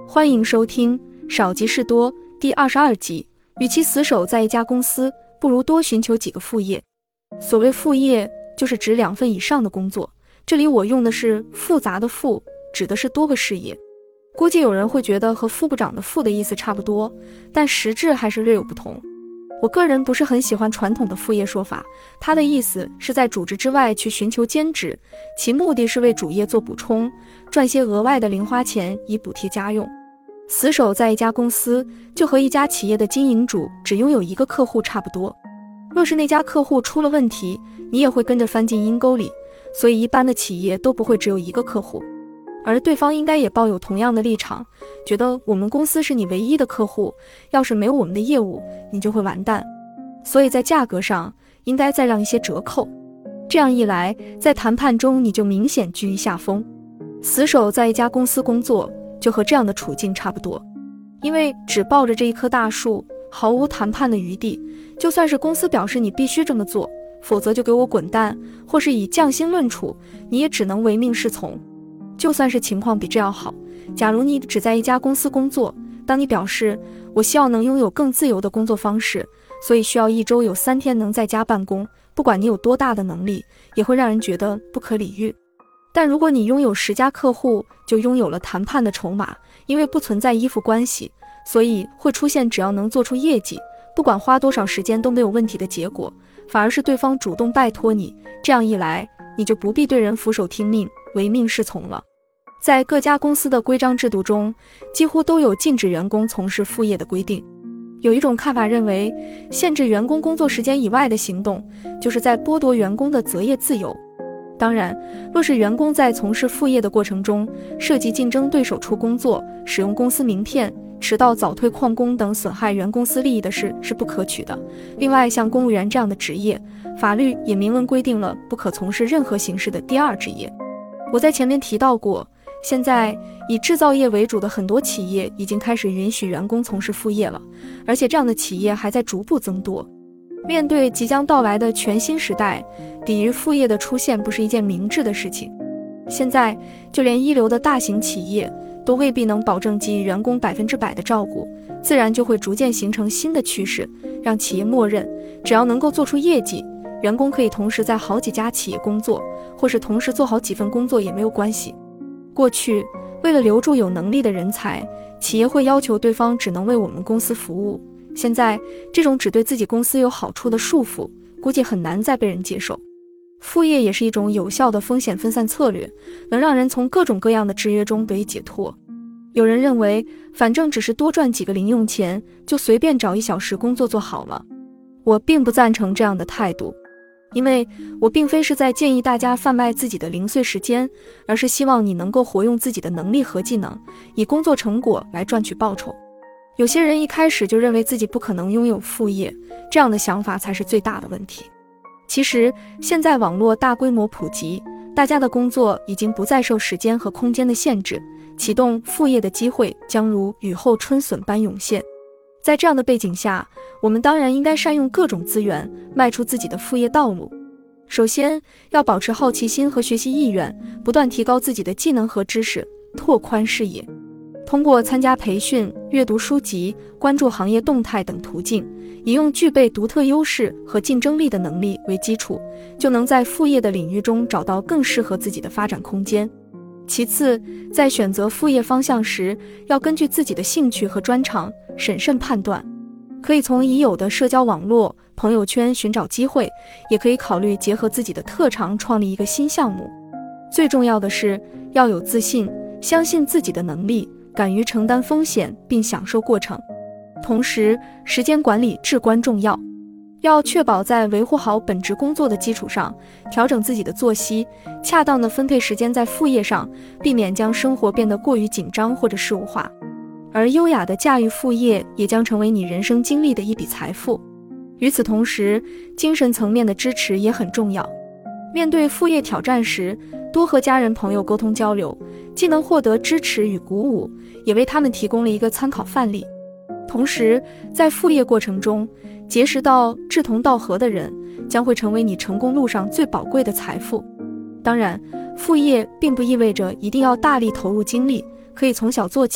欢迎收听少即是多第22集。与其死守在一家公司，不如多寻求几个副业。所谓副业，就是指2份以上的工作，这里我用的是复杂的复，指的是多个事业。估计有人会觉得和副部长的副的意思差不多，但实质还是略有不同。我个人不是很喜欢传统的副业说法，它的意思是在主职之外去寻求兼职，其目的是为主业做补充，赚些额外的零花钱以补贴家用。死守在一家公司，就和一家企业的经营主只拥有一个客户差不多。若是那家客户出了问题，你也会跟着翻进阴沟里，所以一般的企业都不会只有一个客户。而对方应该也抱有同样的立场，觉得我们公司是你唯一的客户，要是没有我们的业务，你就会完蛋。所以在价格上应该再让一些折扣，这样一来，在谈判中你就明显居于下风。死守在一家公司工作，就和这样的处境差不多，因为只抱着这一棵大树，毫无谈判的余地。就算是公司表示你必须这么做，否则就给我滚蛋，或是以降薪论处，你也只能唯命是从。就算是情况比这要好，假如你只在一家公司工作，当你表示我希望能拥有更自由的工作方式，所以需要1周有3天能在家办公，不管你有多大的能力，也会让人觉得不可理喻。但如果你拥有10家客户，就拥有了谈判的筹码，因为不存在依附关系，所以会出现只要能做出业绩，不管花多少时间都没有问题的结果，反而是对方主动拜托你，这样一来，你就不必对人俯首听命，唯命是从了。在各家公司的规章制度中，几乎都有禁止员工从事副业的规定。有一种看法认为，限制员工工作时间以外的行动，就是在剥夺员工的择业自由。当然，若是员工在从事副业的过程中，涉及竞争对手处工作、使用公司名片、迟到早退旷工等损害原公司利益的事是不可取的。另外，像公务员这样的职业，法律也明文规定了不可从事任何形式的第二职业。我在前面提到过，现在以制造业为主的很多企业已经开始允许员工从事副业了，而且这样的企业还在逐步增多。面对即将到来的全新时代，抵御副业的出现不是一件明智的事情。现在就连一流的大型企业都未必能保证给予员工100%的照顾，自然就会逐渐形成新的趋势，让企业默认只要能够做出业绩，员工可以同时在好几家企业工作，或是同时做好几份工作也没有关系。过去为了留住有能力的人才，企业会要求对方只能为我们公司服务，现在这种只对自己公司有好处的束缚，估计很难再被人接受。副业也是一种有效的风险分散策略，能让人从各种各样的制约中得以解脱。有人认为，反正只是多赚几个零用钱，就随便找1小时工作做好了。我并不赞成这样的态度，因为我并非是在建议大家贩卖自己的零碎时间，而是希望你能够活用自己的能力和技能，以工作成果来赚取报酬。有些人一开始就认为自己不可能拥有副业，这样的想法才是最大的问题。其实现在网络大规模普及，大家的工作已经不再受时间和空间的限制，启动副业的机会将如雨后春笋般涌现。在这样的背景下，我们当然应该善用各种资源，迈出自己的副业道路。首先要保持好奇心和学习意愿，不断提高自己的技能和知识，拓宽视野。通过参加培训、阅读书籍、关注行业动态等途径，以用具备独特优势和竞争力的能力为基础，就能在副业的领域中找到更适合自己的发展空间。其次，在选择副业方向时，要根据自己的兴趣和专长审慎判断。可以从已有的社交网络、朋友圈寻找机会，也可以考虑结合自己的特长创立一个新项目。最重要的是要有自信，相信自己的能力，敢于承担风险并享受过程。同时，时间管理至关重要，要确保在维护好本职工作的基础上，调整自己的作息，恰当地分配时间在副业上，避免将生活变得过于紧张或者事务化。而优雅的驾驭副业也将成为你人生经历的一笔财富。与此同时，精神层面的支持也很重要。面对副业挑战时，多和家人朋友沟通交流，既能获得支持与鼓舞，也为他们提供了一个参考范例。同时，在副业过程中，结识到志同道合的人，将会成为你成功路上最宝贵的财富。当然，副业并不意味着一定要大力投入精力，可以从小做起，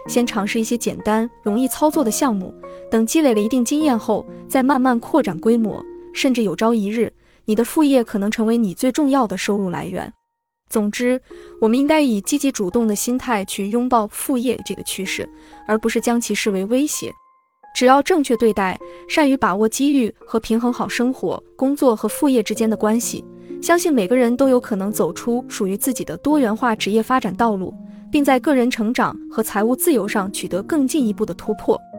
先尝试一些简单、容易操作的项目，等积累了一定经验后，再慢慢扩展规模，甚至有朝一日，你的副业可能成为你最重要的收入来源。总之，我们应该以积极主动的心态去拥抱副业这个趋势，而不是将其视为威胁。只要正确对待，善于把握机遇和平衡好生活、工作和副业之间的关系，相信每个人都有可能走出属于自己的多元化职业发展道路，并在个人成长和财务自由上取得更进一步的突破。